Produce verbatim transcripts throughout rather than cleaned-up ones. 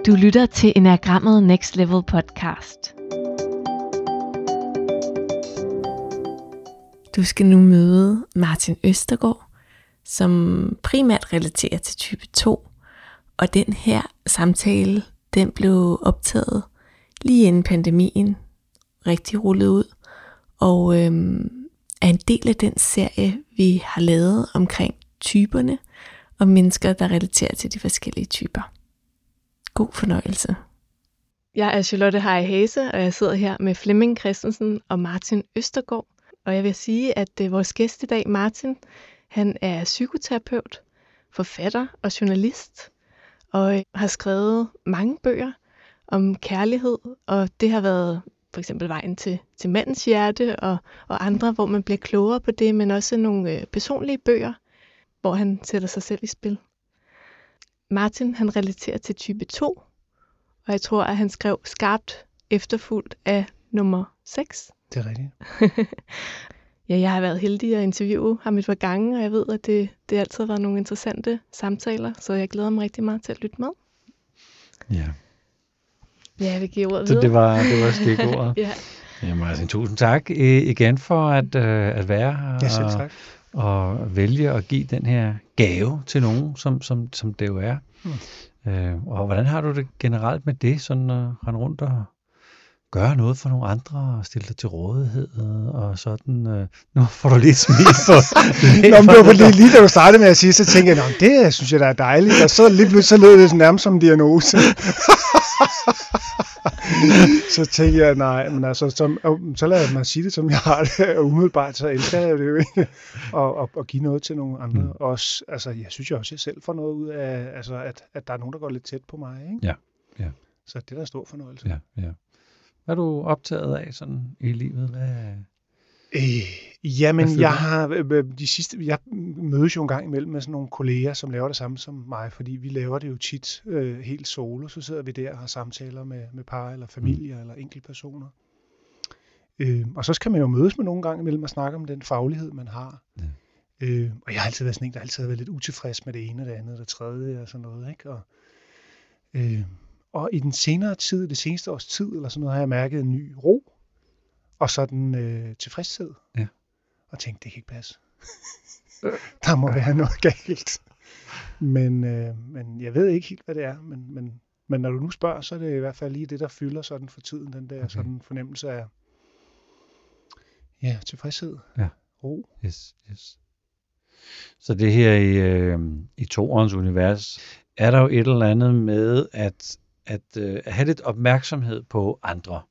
Du lytter til Enagrammet Next Level podcast. Du skal nu møde Martin Østergaard, som primært relaterer til type to. Og den her samtale, den blev optaget lige inden pandemien rigtig rullet ud. Og øhm, er en del af den serie, vi har lavet omkring typerne og mennesker, der relaterer til de forskellige typer. God fornøjelse. Jeg er Charlotte Harry Hase, og jeg sidder her med Flemming Christensen og Martin Østergaard. Og jeg vil sige, at uh, vores gæst i dag, Martin, han er psykoterapeut, forfatter og journalist, og uh, har skrevet mange bøger om kærlighed, og det har været for eksempel vejen til, til mandens hjerte og, og andre, hvor man bliver klogere på det, men også nogle uh, personlige bøger, hvor han sætter sig selv i spil. Martin, han relaterer til type to, og jeg tror, at han skrev skarpt efterfulgt af nummer seks. Det er rigtigt. Ja, jeg har været heldig at interviewe ham et par gange, og jeg ved, at det, det altid har været nogle interessante samtaler, så jeg glæder mig rigtig meget til at lytte med. Ja. Ja, jeg vil give ordet så videre. det var, det var stikordet. Ja. Jamen altså, tusind tak igen for at, øh, at være her. Ja, selv tak. Og vælge at give den her gave til nogen, som, som, som det jo er. Hmm. Øh, og hvordan har du det generelt med det, sådan at rende rundt og gøre noget for nogle andre, og stille dig til rådighed, og sådan, øh, nu får du lige et smil på. Nå, men det var fordi, lige da du startede med at sige, så tænkte jeg, det synes jeg, der er dejligt, og så lige pludselig, så lød det nærmest som en diagnose. Så tænkte jeg, nej, men altså, så, så lader mig sige det, som jeg har det, og umiddelbart, så elsker jeg det jo ikke, og, og, og give noget til nogle andre. Mm. Også, altså, jeg synes jo også, at jeg selv får noget ud af, altså, at, at der er nogen, der går lidt tæt på mig, ikke? Ja, ja. Så det er da en stor fornøjelse. Ja, ja. Hvad er du optaget af sådan i livet? Hvad... Øh, jamen, jeg har de sidste, jeg mødes jo en gang imellem med sådan nogle kolleger, som laver det samme som mig, fordi vi laver det jo tit øh, helt solo. Så sidder vi der og har samtaler med, med par eller familier mm. eller enkeltpersoner. Øh, og så skal man jo mødes med nogle gange imellem og snakke om den faglighed, man har. Ja. Øh, og jeg har altid været sådan en, der altid har været lidt utilfreds med det ene, det andet, det tredje og sådan noget, ikke? Og, øh, og i den senere tid, det seneste års tid, eller sådan noget, har jeg mærket en ny ro, og sådan øh, tilfredshed. Ja. Og tænkte, det kan ikke passe. Der må være noget galt. Men, øh, men jeg ved ikke helt, hvad det er. Men, men, men når du nu spørger, så er det i hvert fald lige det, der fylder sådan for tiden, den der okay. sådan fornemmelse af ja, tilfredshed, ja. ro. Yes, yes. Så det her i, øh, i toerens univers, er der jo et eller andet med at, at, øh, at have lidt opmærksomhed på andre,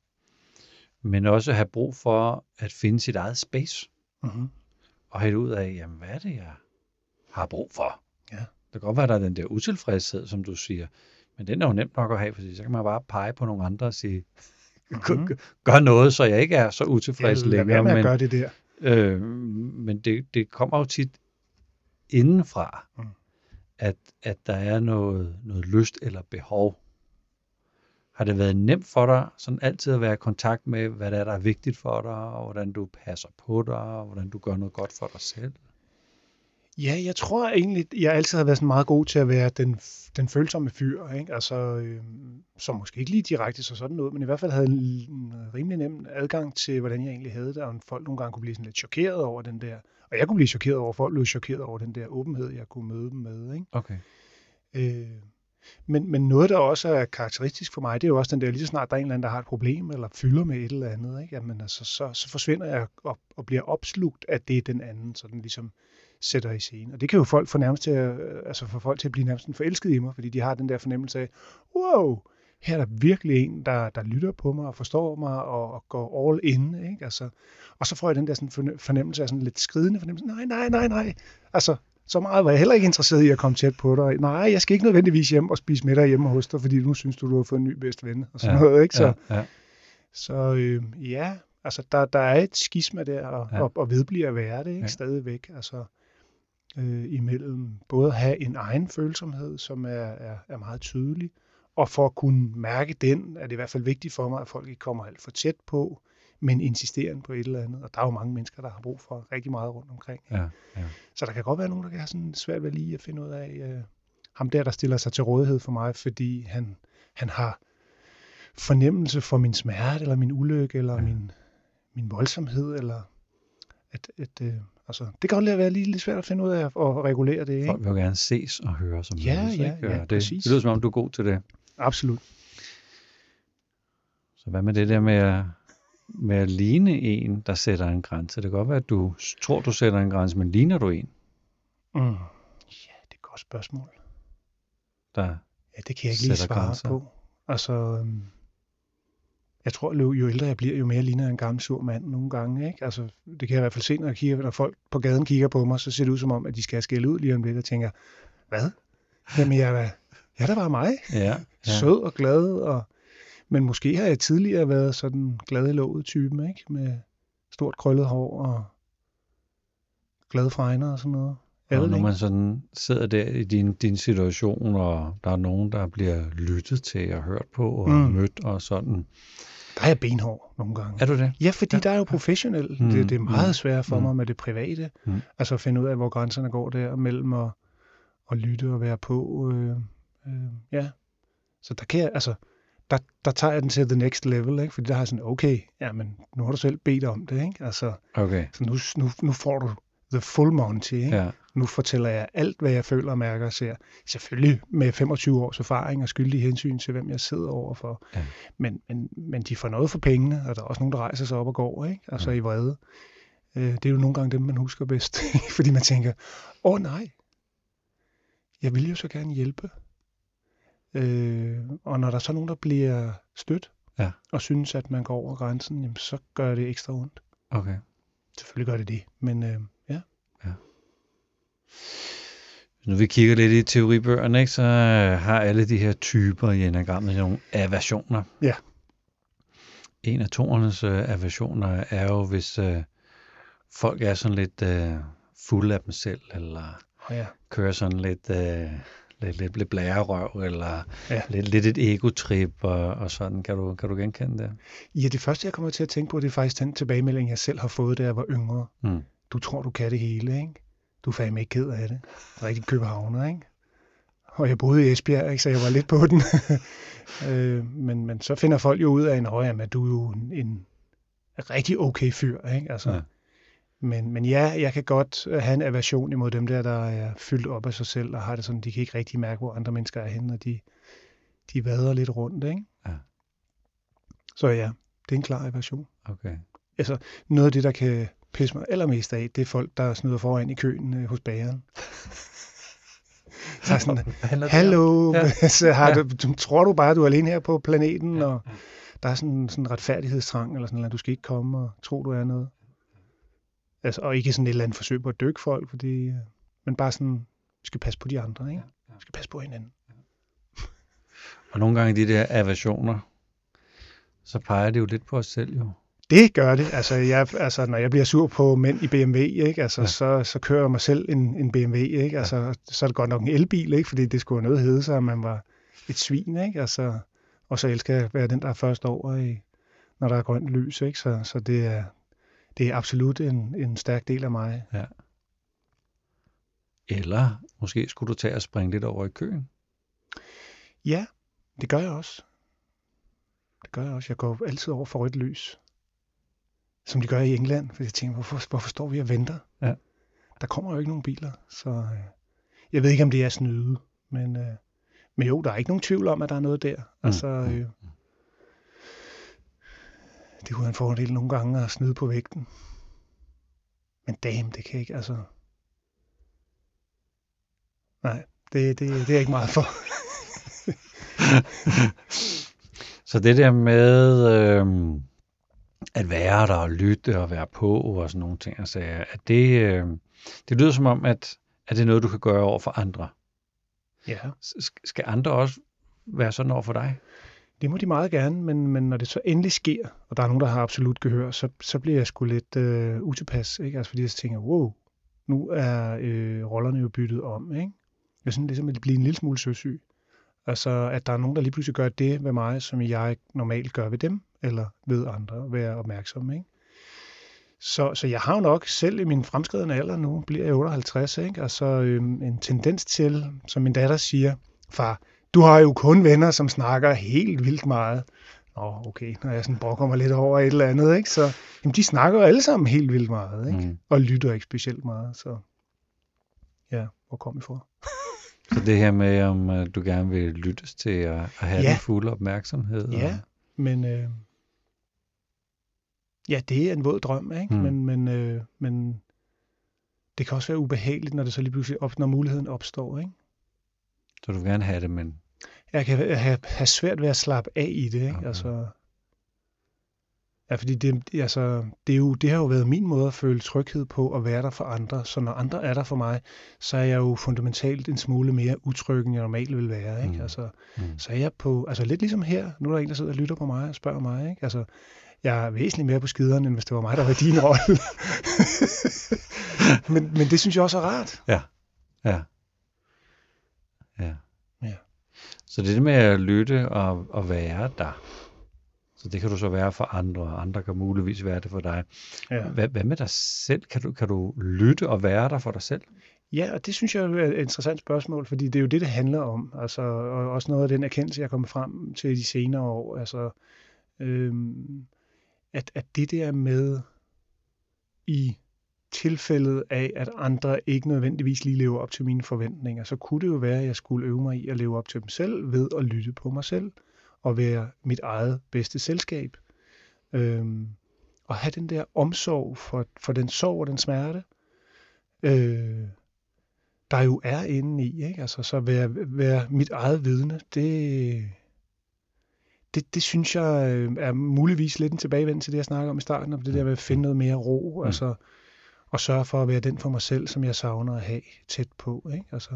men også have brug for at finde sit eget space, mm-hmm. og have ud af, jamen hvad er det, jeg har brug for? Ja. Det kan godt være, der er den der utilfredshed, som du siger, men den er jo nemt nok at have, fordi så kan man bare pege på nogle andre og sige, mm-hmm. gør noget, så jeg ikke er så utilfreds længere. Lad være med men, at gøre det der. Øh, men det, det kommer jo tit indenfra, mm. at, at der er noget, noget lyst eller behov. Har det været nemt for dig sådan altid at være i kontakt med, hvad der er, der er vigtigt for dig, og hvordan du passer på dig, og hvordan du gør noget godt for dig selv? Ja, jeg tror egentlig, jeg altid har været sådan meget god til at være den, den følsomme fyr, ikke? Altså, øh, som måske ikke lige direkte så sådan noget, men i hvert fald havde en rimelig nem adgang til, hvordan jeg egentlig havde det, og folk nogle gange kunne blive sådan lidt chokeret over den der, og jeg kunne blive chokeret over, folk blev chokeret over den der åbenhed, jeg kunne møde dem med, ikke? Okay. Øh, men, men noget, der også er karakteristisk for mig, det er jo også den der, lige så snart der er en eller anden, der har et problem, eller fylder med et eller andet, ikke? Jamen, altså, så, så forsvinder jeg op, og bliver opslugt af det, den anden, så den ligesom sætter i scene. Og det kan jo folk få nærmest til at, altså få folk til at blive nærmest forelsket i mig, fordi de har den der fornemmelse af, wow, her er der virkelig en, der, der lytter på mig og forstår mig og, og går all in, ikke? Altså, og så får jeg den der sådan fornemmelse af sådan lidt skridende fornemmelse, nej, nej, nej, nej, altså, så meget var jeg heller ikke interesseret i at komme tæt på dig. Nej, jeg skal ikke nødvendigvis hjem og spise middag hjemme hos dig, fordi nu synes du, du har fået en ny bedste ven, og sådan ja, noget, ikke? Så, ja, ja. så øh, ja, altså, der, der er et skisma der, og, ja. og, og vedbliver at være det, ikke? Ja. Stadigvæk, altså, øh, imellem både at have en egen følsomhed, som er, er, er meget tydelig, og for at kunne mærke den, er det i hvert fald vigtigt for mig, at folk ikke kommer alt for tæt på, men insisterende på et eller andet. Og der er jo mange mennesker, der har brug for rigtig meget rundt omkring. Ja, ja. Så der kan godt være nogen, der kan have sådan svært ved lige at finde ud af, uh, ham der, der stiller sig til rådighed for mig, fordi han han har fornemmelse for min smerte, eller min ulykke, eller ja. min, min voldsomhed, eller at, at øh, altså, det kan godt være lige lidt svært at finde ud af at, at regulere det. Ikke? Folk vil jo gerne ses og høre som ja, mødes, ja, ikke? ja, det, præcis. det lyder som om, du er god til det. Absolut. Så hvad med det der med at, med at ligne en, der sætter en grænse? Det kan godt være, at du tror, du sætter en grænse, men ligner du en? Mm. Ja, det er et godt spørgsmål. Der ja, det kan jeg ikke lige svare grænser. på. Altså, øhm, jeg tror, jo, jo ældre jeg bliver, jo mere ligner jeg en gammel sur mand nogle gange. Ikke? Altså, det kan jeg i hvert fald se, når, jeg kigger, når folk på gaden kigger på mig, så ser det ud som om, at de skal skælde ud lige om lidt og tænker, hvad? Jamen, jeg er da, jeg er da bare mig. Ja, ja. Sød og glad. Og, men måske har jeg tidligere været sådan glad i låget typen, ikke? Med stort krøllet hår og glade fregner og sådan noget. Og når man sådan sidder der i din, din situation, og der er nogen, der bliver lyttet til og hørt på og mm. mødt og sådan. Der er jeg benhård nogle gange. Er du det? Ja, fordi ja. der er jo professionel. Mm. Det, det er meget svært for mm. mig med det private. Mm. Altså at finde ud af, hvor grænserne går der mellem at, at lytte og være på. Øh, øh, ja. Så der kan jeg, altså, der, der tager jeg den til the next level, ikke? Fordi der har jeg sådan, okay, ja, men nu har du selv bedt om det, ikke? Altså, okay. Så nu, nu, nu får du the full Monty, ikke? Ja. Nu fortæller jeg alt, hvad jeg føler og mærker og ser. Selvfølgelig med femogtyve års erfaring og skyldig hensyn til, hvem jeg sidder overfor. Ja. Men, men, men de får noget for pengene, og der er også nogen, der rejser sig op og går, ikke? Altså ja. i vrede. Det er jo nogle gange dem, man husker bedst. Fordi man tænker, åh oh, nej, jeg vil jo så gerne hjælpe. Øh, og når der er så nogen, der bliver stødt, ja. og synes, at man går over grænsen, jamen, så gør det ekstra ondt. Okay. Selvfølgelig gør det det, men øh, ja. ja. Når vi kigger lidt i teoribøgerne, ikke, så har alle de her typer i enagrammet nogle aversioner. Ja. En af toernes uh, aversioner er jo, hvis uh, folk er sådan lidt uh, fulde af dem selv, eller oh, ja. kører sådan lidt... Uh, Lidt, lidt, lidt blærerøv, eller ja. lidt, lidt et egotrip, og, og sådan. Kan du, kan du genkende det? Ja, det første, jeg kommer til at tænke på, det er faktisk den tilbagemelding, jeg selv har fået, da jeg var yngre. Mm. Du tror, du kan det hele, ikke? Du er fandme ikke ked af det. Rigtig københavner, ikke? Og jeg boede i Esbjerg, ikke? Så jeg var lidt på den. øh, men, men så finder folk jo ud af, at du er jo en, en rigtig okay fyr, ikke? Altså... Ja. Men, men ja, jeg kan godt have en aversion imod dem der, der er fyldt op af sig selv, og har det sådan, de kan ikke rigtig mærke, hvor andre mennesker er henne, og de, de vader lidt rundt, ikke? Ja. Så ja, det er en klar aversion. Okay. Altså, noget af det, der kan pisse mig allermest af, det er folk, der snyder foran i køen øh, hos bageren. Så sådan, hallo, ja. Så har du, du, tror du bare, du er alene her på planeten, ja. Og der er sådan en retfærdighedstrang, eller sådan noget, du skal ikke komme og tro, du er noget. Altså, og ikke sådan et eller andet forsøg på at dykke folk, fordi, men bare sådan, vi skal passe på de andre, ikke? Vi skal passe på hinanden. Og nogle gange de der aversioner, så peger det jo lidt på os selv, jo. Det gør det. Altså, jeg, altså når jeg bliver sur på mænd i B M W, ikke? Altså, ja. så, så kører jeg mig selv en, en B M W, ikke? Altså, ja. Så er det godt nok en elbil, ikke? Fordi det skulle noget hedde sig, at man var et svin, ikke? Altså, og så elsker jeg at være den, der er først over, i, når der er grønt lys, ikke? Så, så det er... Det er absolut en, en stærk del af mig. Ja. Eller måske skulle du tage og springe lidt over i køen? Ja, det gør jeg også. Det gør jeg også. Jeg går altid over for rødt lys. Som de gør i England. For jeg tænker, hvorfor, hvorfor står vi og venter? Ja. Der kommer jo ikke nogen biler. Så øh, jeg ved ikke, om det er snyde. Men, øh, men jo, der er ikke nogen tvivl om, at der er noget der. Mm. Altså... Øh, Det kunne være en fordel nogle gange at snyde på vægten. Men damn, det kan ikke, altså... Nej, det, det, det er ikke meget for. Så det der med øh, at være der og lytte og være på og sådan nogle ting, altså, at det, øh, det lyder som om, at, at det er noget, du kan gøre over for andre. Ja. Skal andre også være sådan over for dig? Det må de meget gerne, men, men når det så endelig sker, og der er nogen, der har absolut gehør, så, så bliver jeg sgu lidt øh, utilpas, ikke? Altså fordi jeg tænker, wow, nu er øh, rollerne jo byttet om, ikke? Jeg synes ligesom, at det bliver en lille smule søsyg. Altså, at der er nogen, der lige pludselig gør det ved mig, som jeg normalt gør ved dem, eller ved andre, være opmærksom, ikke? Så, så jeg har jo nok selv i min fremskridende alder, nu bliver jeg otteoghalvtreds, ikke? Altså øh, en tendens til, som min datter siger, far, du har jo kun venner, som snakker helt vildt meget. Nå, okay, når jeg sådan brokker mig lidt over et eller andet, ikke? Så jamen, de snakker jo alle sammen helt vildt meget, ikke? Mm. Og lytter ikke specielt meget, så ja, hvor kom I fra? Så det her med, om uh, du gerne vil lyttes til at, at have ja. den fulde opmærksomhed? Ja, og... men øh, ja, det er en våd drøm, ikke? Mm. Men, men, øh, men det kan også være ubehageligt, når det så lige pludselig op, når muligheden opstår, ikke? Så du vil gerne have det, men... Jeg kan have, have svært ved at slappe af i det, ikke? Okay. Altså, ja, fordi det, altså, det, er jo, det har jo været min måde at føle tryghed på at være der for andre. Så når andre er der for mig, så er jeg jo fundamentalt en smule mere utryg, end jeg normalt vil være, ikke? Mm. Altså, mm. Så er jeg på, altså lidt ligesom her, nu er der en, der sidder og lytter på mig og spørger mig, ikke? Altså, jeg er væsentligt mere på skideren, end hvis det var mig, der var din rolle. men, men det synes jeg også er rart. Ja, ja. Ja. Ja. Så det er det med at lytte og, og være der. Så det kan du så være for andre, og andre kan muligvis være det for dig. Ja. Hvad, hvad med dig selv? Kan du, kan du lytte og være der for dig selv? Ja, og det synes jeg er et interessant spørgsmål, fordi det er jo det, det handler om. Altså, og også noget af den erkendelse, jeg er kommet frem til de senere år. Altså, øhm, at, at det der med i tilfældet af, at andre ikke nødvendigvis lige lever op til mine forventninger, så kunne det jo være, at jeg skulle øve mig i at leve op til dem selv ved at lytte på mig selv og være mit eget bedste selskab. Øhm, og have den der omsorg for, for den sorg og den smerte, øh, der jo er inde i, ikke? Altså så være, være mit eget vidne, det, det, det synes jeg er muligvis lidt en tilbagevend til det, jeg snakker om i starten, om det der med at finde noget mere ro, mm. altså og sørge for at være den for mig selv, som jeg savner at have tæt på, ikke? Altså,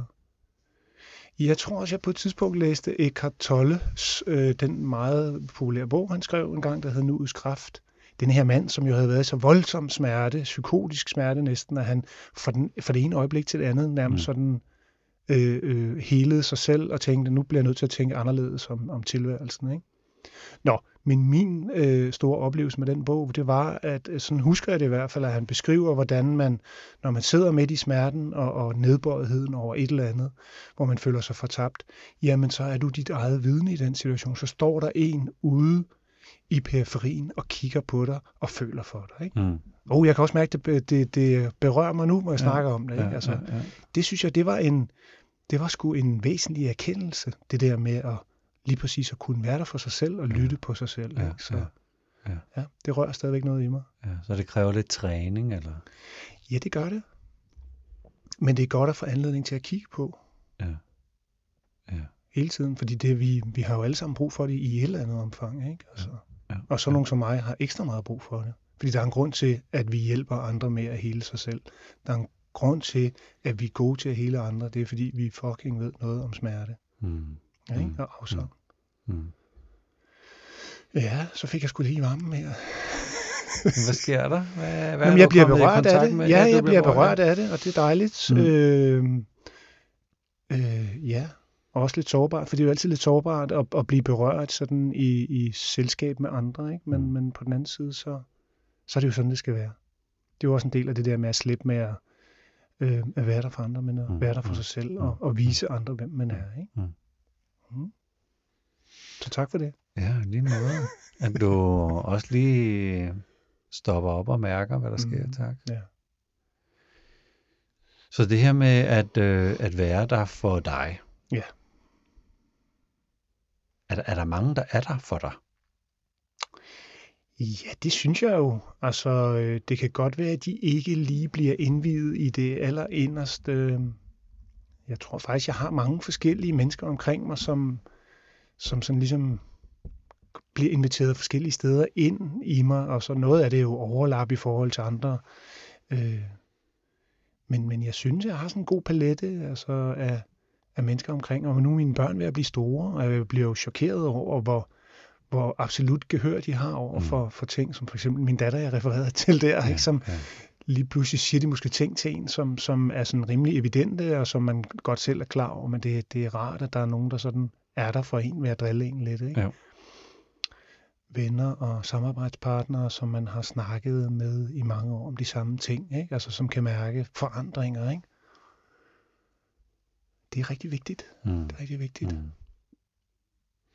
jeg tror også, jeg på et tidspunkt læste Eckhart Tolles, øh, den meget populære bog, han skrev en gang, der hed Nuets kraft. Den her mand, som jo havde været så voldsom smerte, psykotisk smerte næsten, at han fra, den, fra det ene øjeblik til det andet nærmest mm. sådan øh, øh, helede sig selv og tænkte, nu bliver jeg nødt til at tænke anderledes om, om tilværelsen, ikke? Nå, men min øh, store oplevelse med den bog, det var, at sådan husker jeg det i hvert fald, at han beskriver, hvordan man, når man sidder midt i smerten og, og nedbøjetheden over et eller andet, hvor man føler sig fortabt, jamen så er du dit eget vidne i den situation. Så står der en ude i periferien og kigger på dig og føler for dig, ikke? Mm. Og jeg kan også mærke, at det, det, det berører mig nu, når jeg ja, snakker om det, ikke? Altså, ja, ja. Det synes jeg, det var en, det var sgu en væsentlig erkendelse, det der med at lige præcis at kunne være der for sig selv og lytte ja. på sig selv. Ja, ikke? Så, ja, ja. ja, det rører stadigvæk noget i mig. Ja, så det kræver lidt træning, eller? Ja, det gør det. Men det er godt at få anledning til at kigge på. Ja. Ja. Hele tiden, fordi det, vi, vi har jo alle sammen brug for det i et eller andet omfang. Ikke? Altså, ja. Ja. Og så ja. nogen som mig har ekstra meget brug for det. Fordi der er en grund til, at vi hjælper andre med at hele sig selv. Der er en grund til, at vi er gode til at hele andre. Det er fordi, vi fucking ved noget om smerte. Mm. Ja, ikke? Og afsang. Mm. Mm. Ja, så fik jeg sgu lige varmen her. Hvad sker der? Hvad, hvad Jamen, jeg bliver berørt af det. Ja, jeg, jeg bliver berørt af det, og det er dejligt. Mm. Øh, øh, ja, og også lidt sårbart, for det er jo altid lidt sårbart at, at blive berørt sådan i, i selskab med andre, ikke? Men, mm. men på den anden side, så, så er det jo sådan, det skal være. Det er jo også en del af det der med at slippe med at, øh, at være der for andre, men at mm. være der for sig selv og, og vise andre, hvem man er, ikke? Mm. Mm. Så tak for det. Ja, lige måde. At du også lige stopper op og mærker, hvad der sker. Mm. Tak. Ja. Så det her med at, øh, at være der for dig. Ja. Er, er der mange, der er der for dig? Ja, det synes jeg jo. Altså, det kan godt være, at de ikke lige bliver indviet i det allerinderste. Jeg tror faktisk, jeg har mange forskellige mennesker omkring mig, som, som sådan ligesom bliver inviteret forskellige steder ind i mig, og så noget af det er jo overlap i forhold til andre. Øh, men, men jeg synes, jeg har sådan en god palette altså af, af mennesker omkring, og nu er mine børn ved at blive store, og jeg bliver jo chokeret over, hvor, hvor absolut gehør de har over mm. for, for ting, som for eksempel min datter, jeg refererede til der, ja, ikke, som ja. lige pludselig siger de måske ting til en, som, som er sådan rimelig evidente, og som man godt selv er klar over, men det, det er rart, at der er nogen, der sådan er der for en ved at drille en lidt, ikke? Ja. Venner og samarbejdspartnere, som man har snakket med i mange år om de samme ting, ikke? Altså som kan mærke forandringer, ikke? Det er rigtig vigtigt. Mm. Det er rigtig vigtigt. Mm.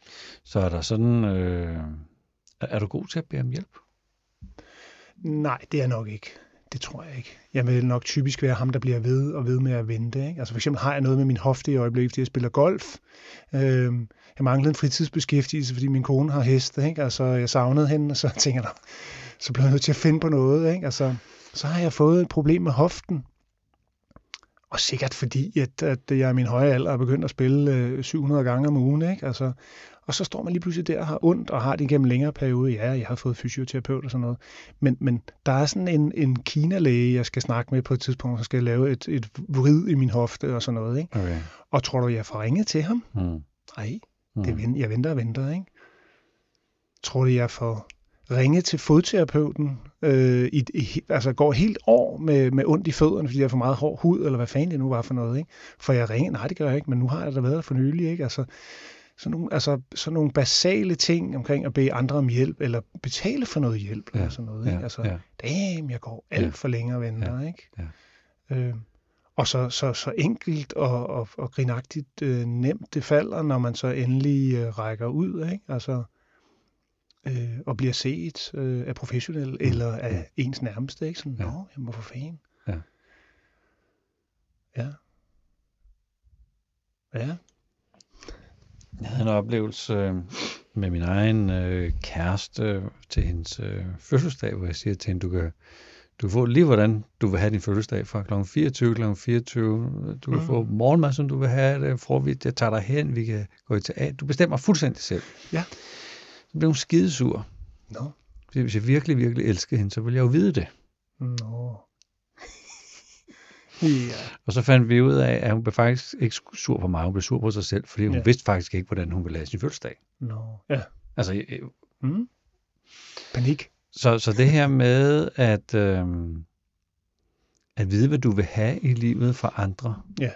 Så er der sådan, øh, er, er du god til at bede om hjælp? Nej, det er jeg nok ikke. Det tror jeg ikke. Jeg vil nok typisk være ham, der bliver ved og ved med at vente. Ikke? Altså for eksempel har jeg noget med min hofte i øjeblikket, fordi jeg spiller golf. Øh, jeg manglede en fritidsbeskæftigelse, fordi min kone har heste. Ikke? Altså jeg savnede hende, og så tænker jeg, så blev jeg nødt til at finde på noget. Ikke? Altså, så har jeg fået et problem med hoften. Og sikkert fordi, at, at jeg i min høje alder er begyndt at spille øh, syv hundrede gange om ugen. Ikke? Altså, og så står man lige pludselig der og har ondt, og har det igennem længere periode. Ja, jeg har fået fysioterapeut og sådan noget. Men, men der er sådan en, en Kina-læge, jeg skal snakke med på et tidspunkt, så skal jeg lave et, et vrid i min hofte og sådan noget. Ikke? Okay. Og tror du, jeg får ringet til ham? Mm. Nej, Mm. det, jeg venter og venter. Ikke? Tror du, jeg får ringe til fodterapeuten, øh, i, i, altså går helt år med, med ondt i fødderne, fordi jeg har for meget hård hud, eller hvad fanden det nu var for noget, ikke? For jeg ringer, nej det gør jeg ikke, men nu har jeg da været der for nylig, ikke? Altså, sådan nogle, altså, sådan nogle basale ting omkring at bede andre om hjælp, eller betale for noget hjælp, ja, eller sådan noget, ikke? Ja, Altså, ja. damn, jeg går alt Ja. for længe og venter, Ja, ikke? ja. Øh, og så, så, så enkelt og, og, og grinagtigt øh, nemt det falder, når man så endelig øh, rækker ud, ikke? Altså, øh, og bliver set øh, af professionelle, mm. eller af ens nærmeste, ikke? Sådan, Ja. nå, jamen, hvorfor fanden? Ja. Ja. Ja. Jeg havde en oplevelse øh, med min egen øh, kæreste til hendes øh, fødselsdag, hvor jeg siger til hende, du kan, du kan få lige hvordan du vil have din fødselsdag fra klokken fireogtyve, klokken fireogtyve. Du kan Mm. få morgenmad, som du vil have det, frokost, jeg tager dig hen, vi kan gå i teater. Du bestemmer fuldstændig selv. Ja. Så blev hun skidesur. Nå. Fordi hvis jeg virkelig, virkelig elsker hende, så vil jeg jo vide det. Nå. Ja. Og så fandt vi ud af, at hun blev faktisk ikke sur på mig, hun blev sur på sig selv, fordi hun Ja. vidste faktisk ikke, hvordan hun ville have sin fødselsdag. Nå. Ja. Altså, øh, Mm. Panik. så, så det her med at, øh, at vide, hvad du vil have i livet fra andre, Ja.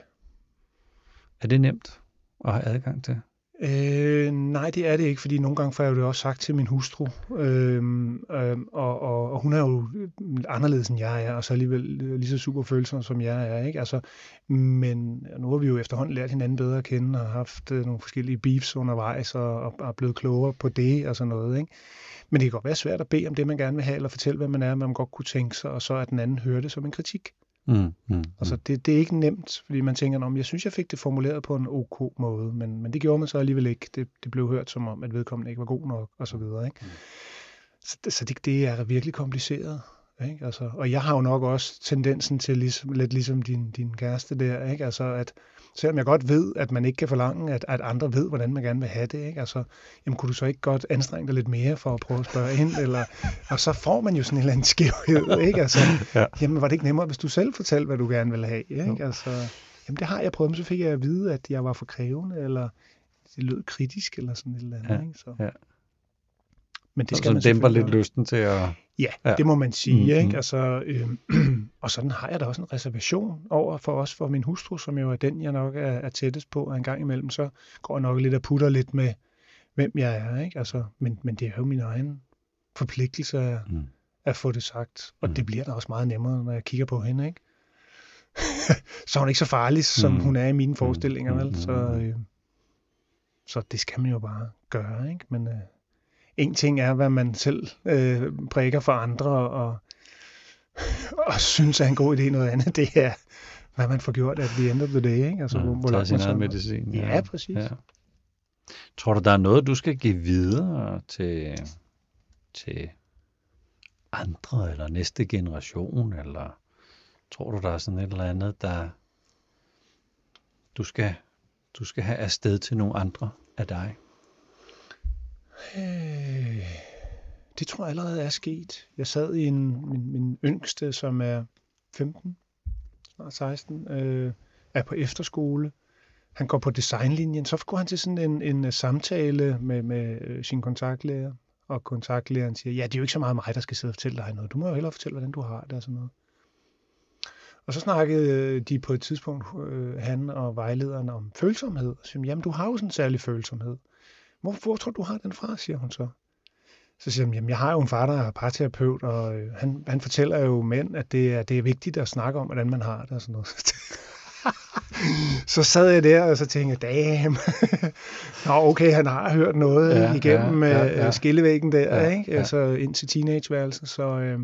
er det nemt at have adgang til? Øh, nej, det er det ikke, fordi nogle gange får jeg jo det også sagt til min hustru, øhm, øhm, og, og, og hun er jo anderledes end jeg er, og så alligevel lige så super følsom som jeg er, ikke? Altså, men nu har vi jo efterhånden lært hinanden bedre at kende, og haft øh, nogle forskellige beefs undervejs, og, og, og er blevet klogere på det, og sådan noget, ikke? Men det kan godt være svært at bede om det, man gerne vil have, eller fortælle, hvad man er, man godt kunne tænke sig, og så at den anden hører det som en kritik. Mm, mm, Altså, det, det er ikke nemt, fordi man tænker, om jeg synes, jeg fik det formuleret på en ok måde, men, men det gjorde man så alligevel ikke. Det, det blev hørt som om, at vedkommende ikke var god nok, og så videre, ikke? Mm. Så, så det, det er virkelig kompliceret, ikke? Altså, og jeg har jo nok også tendensen til, ligesom, lidt ligesom din, din kæreste der, ikke? Altså, at selvom jeg godt ved, at man ikke kan forlange, at, at andre ved, hvordan man gerne vil have det, ikke? Altså, jamen, kunne du så ikke godt anstrenge dig lidt mere for at prøve at spørge ind? Eller, og så får man jo sådan en eller anden skævhed, ikke? Altså, Ja. jamen, var det ikke nemmere, hvis du selv fortalte, hvad du gerne ville have, ikke? Altså, jamen, det har jeg prøvet, men så fik jeg at vide, at jeg var for krævende, eller det lød kritisk, eller sådan et eller andet, Ja, ikke? Så. ja. Men det Så, skal så man dæmper selvfølgelig lidt gøre. lysten til at... Ja, Ja. ja, det må man sige, Mhm. ikke? Altså, øh, og sådan har jeg da også en reservation over for os, for min hustru, som jo er den, jeg nok er, er tættest på, og en gang imellem, så går jeg nok lidt og putter lidt med, hvem jeg er, ikke? Altså, men, men det er jo min egen forpligtelse at, Mm. at få det sagt, og Mm. det bliver da også meget nemmere, når jeg kigger på hende, ikke? Så er hun ikke så farlig, som Mm. hun er i mine forestillinger, Mm. vel? Mm. Så, øh, så det skal man jo bare gøre, ikke? Men øh, en ting er, hvad man selv øh, prædiker for andre, og, og synes er en god idé. Noget andet, det er, hvad man får gjort at the end of the day, ikke? Altså, Ja, hvor, hvor tager langt sin man egen så- medicin. Ja, præcis. Ja. Tror du, der er noget, du skal give videre til, til andre, eller næste generation, eller tror du, der er sådan et eller andet, der du skal, du skal have afsted til nogle andre af dig? Øh, det tror jeg allerede er sket. Jeg sad i en, min, min yngste, som er femten, snart seksten, øh, er på efterskole. Han går på designlinjen. Så går han til sådan en, en samtale med, med øh, sin kontaktlærer, og kontaktlæreren siger, ja, det er jo ikke så meget mig, der skal sidde og fortælle dig noget. Du må jo hellere fortælle, hvordan du har det og sådan noget. Og så snakkede de på et tidspunkt, øh, han og vejlederen, om følsomhed. Og siger, jamen, du har jo sådan en særlig følsomhed. Hvor, hvor tror du, du har den fra, siger hun så. Så siger hun, jamen, jeg har jo en far, der er parterapeut, og øh, han, han fortæller jo mænd, at det er, det er vigtigt at snakke om, hvordan man har det og sådan noget. så sad jeg der, og så tænkte jeg, damn. Nå, okay, han har hørt noget ja, igennem ja, ja, ja. skillevæggen der, ja, ikke? Ja. Altså ind til teenageværelset, så... Øh,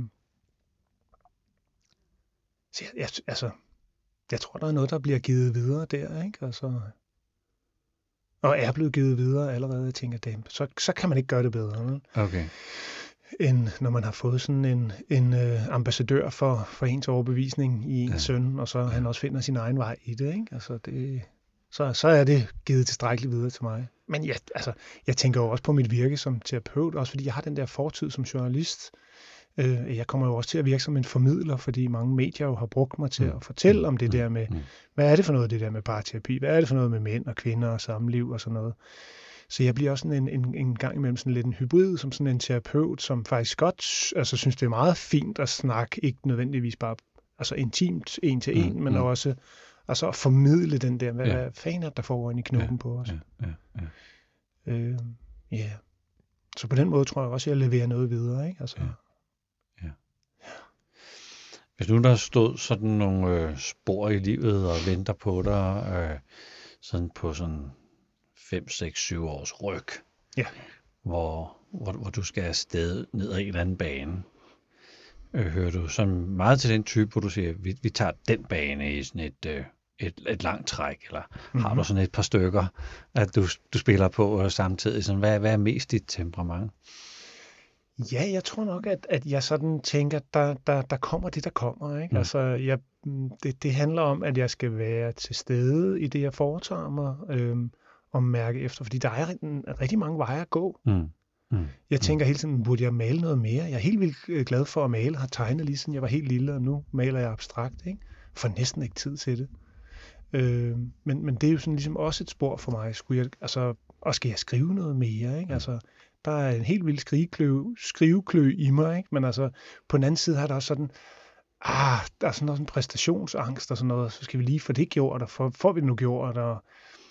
så jeg, jeg, altså, jeg tror, der er noget, der bliver givet videre der, ikke? Altså, og er blevet givet videre allerede. Jeg tænker, damn, så, så kan man ikke gøre det bedre, ne? Okay. End når man har fået sådan en, en øh, ambassadør for, for ens overbevisning i ens ja. søn, og så han også finder sin egen vej i det, ikke? Altså det, så, så er det givet tilstrækkeligt videre til mig. Men jeg, altså, jeg tænker jo også på mit virke som terapeut, også fordi jeg har den der fortid som journalist. Øh, jeg kommer jo også til at virke som en formidler, fordi mange medier jo har brugt mig til at fortælle om det der med, hvad er det for noget, det der med parterapi, hvad er det for noget med mænd og kvinder og samliv og sådan noget. Så jeg bliver også sådan en, en, en gang imellem sådan lidt en hybrid, som sådan en terapeut, som faktisk godt altså, synes, det er meget fint at snakke, ikke nødvendigvis bare altså intimt, en til en, mm, men mm. også altså at formidle den der, hvad, ja. hvad fanden er der foran i knoppen ja, på os. Ja, ja, ja. Øh, yeah. Så på den måde tror jeg også, at jeg leverer noget videre. Ikke? Altså, ja. Ja. Hvis nu der stod sådan nogle øh, spor i livet og venter på dig, øh, sådan på sådan fem, seks, syv års ryg, ja. hvor, hvor, hvor du skal afsted ned ad en eller anden bane. Øh, hører du sådan meget til den type, hvor du siger, vi, vi tager den bane i sådan et, øh, et, et langt træk, eller mm-hmm. har du sådan et par stykker, at du, du spiller på og samtidig? Sådan, hvad, hvad er mest dit temperament? Ja, jeg tror nok, at, at jeg sådan tænker, der, der, der kommer det, der kommer. Ikke? Mm. Altså, jeg, det, det handler om, at jeg skal være til stede i det, jeg foretager mig, øhm, og mærke efter, fordi der er rigtig mange veje at gå. Mm. Mm. Jeg tænker hele tiden, burde jeg male noget mere? Jeg er helt vildt glad for at male, har tegnet lige siden jeg var helt lille, og nu maler jeg abstrakt, ikke? For næsten ikke tid til det. Øh, men, men det er jo sådan ligesom også et spor for mig. Skulle jeg, altså, og skal jeg skrive noget mere? Ikke? Altså, der er en helt vild skriveklø, skriveklø i mig, ikke? Men altså, på den anden side har der også sådan, ah, der er sådan noget sådan præstationsangst og sådan noget, så skal vi lige få det gjort, og for, får vi det nu gjort, og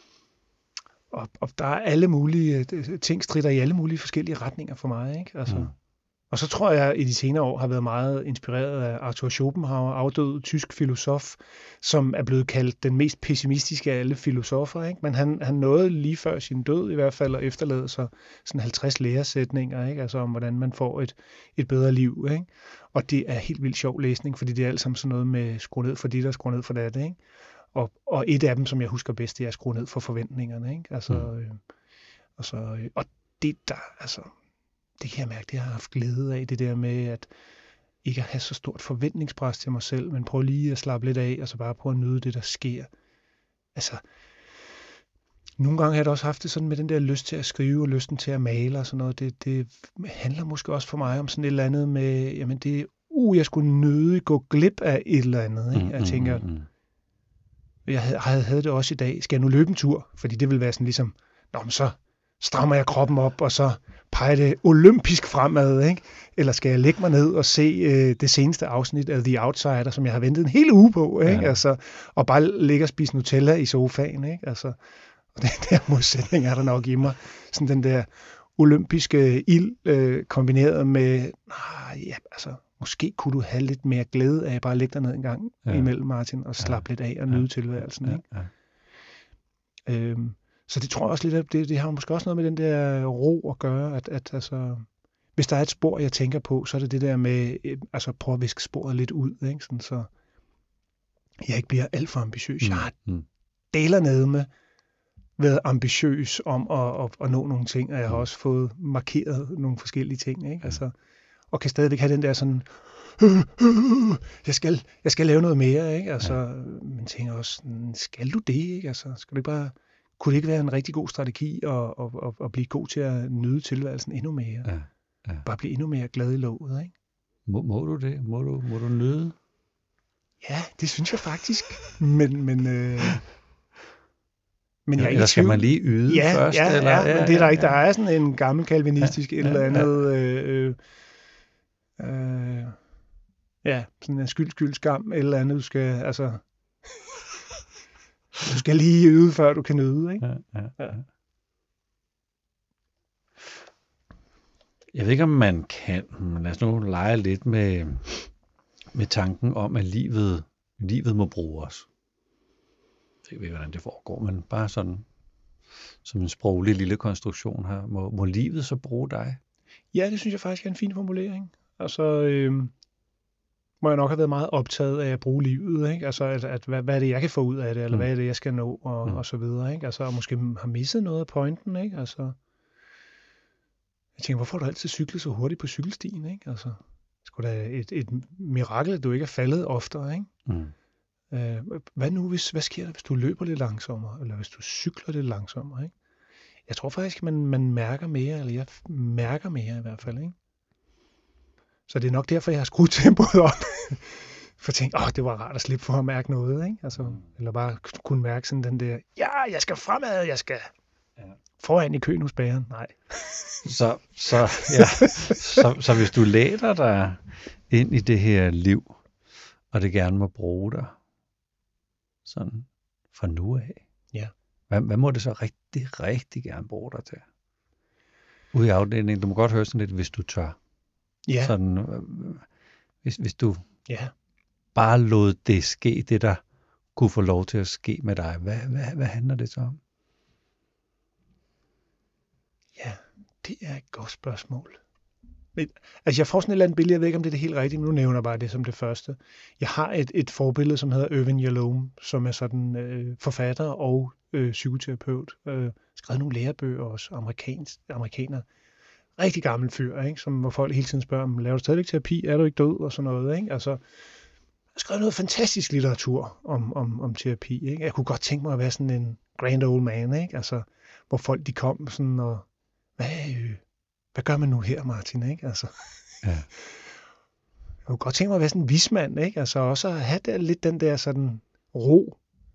Og, og der er alle mulige ting, strider i alle mulige forskellige retninger for mig. Ikke? Altså. Mm. Og så tror jeg, at i de senere år har været meget inspireret af Arthur Schopenhauer, afdød tysk filosof, som er blevet kaldt den mest pessimistiske af alle filosofer. Ikke? Men han, han nåede lige før sin død i hvert fald at efterlade sig sådan halvtreds læresætninger, ikke? Altså om hvordan man får et, et bedre liv. Ikke? Og det er helt vildt sjov læsning, fordi det er alt sammen sådan noget med skru ned for dit og skru ned for det, ikke? Og, og et af dem, som jeg husker bedst, det er at skrue ned for forventningerne. Ikke? Altså, mm. øh, og, så, øh, og det der, altså, det kan jeg mærke, det jeg har haft glæde af, det der med at ikke at have så stort forventningspres til mig selv, men prøve lige at slappe lidt af, og så bare prøve at nyde det, der sker. Altså, nogle gange har jeg da også haft det sådan med den der lyst til at skrive, og lysten til at male og sådan noget. Det, det handler måske også for mig om sådan et eller andet med, jamen det, uh, jeg skulle nødig gå glip af et eller andet. Ikke? Jeg tænker, mm, mm, mm. Jeg havde, havde det også i dag. Skal jeg nu løbe en tur? Fordi det vil være sådan ligesom, nå, men så strammer jeg kroppen op, og så peger det olympisk fremad, ikke? Eller skal jeg lægge mig ned og se øh, det seneste afsnit af The Outsider, som jeg har ventet en hel uge på, ikke? Ja. Altså, og bare ligge og spise Nutella i sofaen, ikke? Altså, og den der modsætning er der nok i mig. Sådan den der olympiske ild øh, kombineret med, nej, ja, altså, måske kunne du have lidt mere glæde af at bare lægge dig ned en gang ja. imellem, Martin, og slappe ja. lidt af og nyde ja. tilværelsen. Ikke? Ja. Ja. Øhm, så det tror jeg også lidt, at det, det har måske også noget med den der ro at gøre, at, at altså, hvis der er et spor, jeg tænker på, så er det det der med, altså prøve at viske sporet lidt ud, ikke? Sådan, så jeg ikke bliver alt for ambitiøs. Mm. Jeg har mm. deler nede med været ambitiøs om at, at, at nå nogle ting, og jeg har mm. også fået markeret nogle forskellige ting, ikke? Altså, og kan stadigvæk have den der sådan, jeg skal, jeg skal lave noget mere, ikke? Altså, ja. Man tænker også, skal du det, ikke? Altså, skal du ikke bare, kunne det ikke være en rigtig god strategi at, at, at, at blive god til at nyde tilværelsen endnu mere? Ja. Ja. Bare blive endnu mere glad i låget, ikke? Må, må du det? Må du, må du nyde? Ja, det synes jeg faktisk. Men, men, øh, men ja, jeg er eller skal man lige yde ja, først? Ja, eller? ja, ja, men det er der ja, ikke. Der ja. er sådan en gammel kalvinistisk ja, et eller andet... Ja, øh, øh, ja, sådan en skyld, skyld, skam, eller andet, du skal, altså, du skal lige yde, før du kan nyde, ikke? Ja, ja, ja. Jeg ved ikke, om man kan, men lad os nu lege lidt med, med tanken om, at livet, livet må bruge os. ved ikke, hvordan det foregår, men bare sådan, som en sproglig lille konstruktion her, må, må livet så bruge dig? Ja, det synes jeg faktisk er en fin formulering. Altså, øh, må jeg nok have været meget optaget af at bruge livet, ikke? Altså, at, at hvad, hvad er det, jeg kan få ud af det, eller mm. hvad er det, jeg skal nå, og, mm. og så videre, ikke? Altså, og måske har misset noget af pointen, ikke? Altså, jeg tænker, hvorfor har du altid cyklet så hurtigt på cykelstien, ikke? Altså, sgu da et, et mirakel, at du ikke er faldet oftere, ikke? Mm. Øh, hvad nu, hvis, hvad sker der, hvis du løber lidt langsommere, eller hvis du cykler lidt langsommere, ikke? Jeg tror faktisk, at man, man mærker mere, eller jeg mærker mere i hvert fald, ikke? Så det er nok derfor, jeg har skruet tempoet op. For at tænke, åh, det var rart at slippe for at mærke noget, ikke? Altså, mm. Eller bare kunne mærke sådan den der, ja, jeg skal fremad, jeg skal ja. foran i køen hos bageren. Nej. så, så, ja. så, så hvis du læner dig ind i det her liv, og det gerne må bruge dig, sådan fra nu af, ja. hvad, hvad må det så rigtig, rigtig gerne bruge dig til? Ude i afdelingen, du må godt høre sådan lidt, hvis du tør. Ja. Sådan, øh, hvis, hvis du ja. bare lod det ske, det der kunne få lov til at ske med dig, hvad, hvad, hvad handler det så om? Ja, det er et godt spørgsmål. Men, altså jeg får sådan et eller andet billede, jeg ved ikke, om det er det helt rigtige, men nu nævner jeg bare det som det første. Jeg har et, et forbillede, som hedder Irvin Yalom, som er sådan øh, forfatter og øh, psykoterapeut. Øh, skrevet nogle lærebøger også, amerikansk, amerikaner. Rigtig gammel fyr, ikke? Som hvor folk hele tiden spørger, om laver du stadigvæk terapi, er du ikke død, og sådan noget, ikke? Altså, jeg har skrevet noget fantastisk litteratur om, om, om terapi, ikke? Jeg kunne godt tænke mig at være sådan en grand old man, ikke? Altså, hvor folk de kom sådan og, hvad, øh, hvad gør man nu her, Martin, ikke? Altså, ja. Jeg kunne godt tænke mig at være sådan en vismand, ikke? Altså, også at have der, lidt den der sådan ro,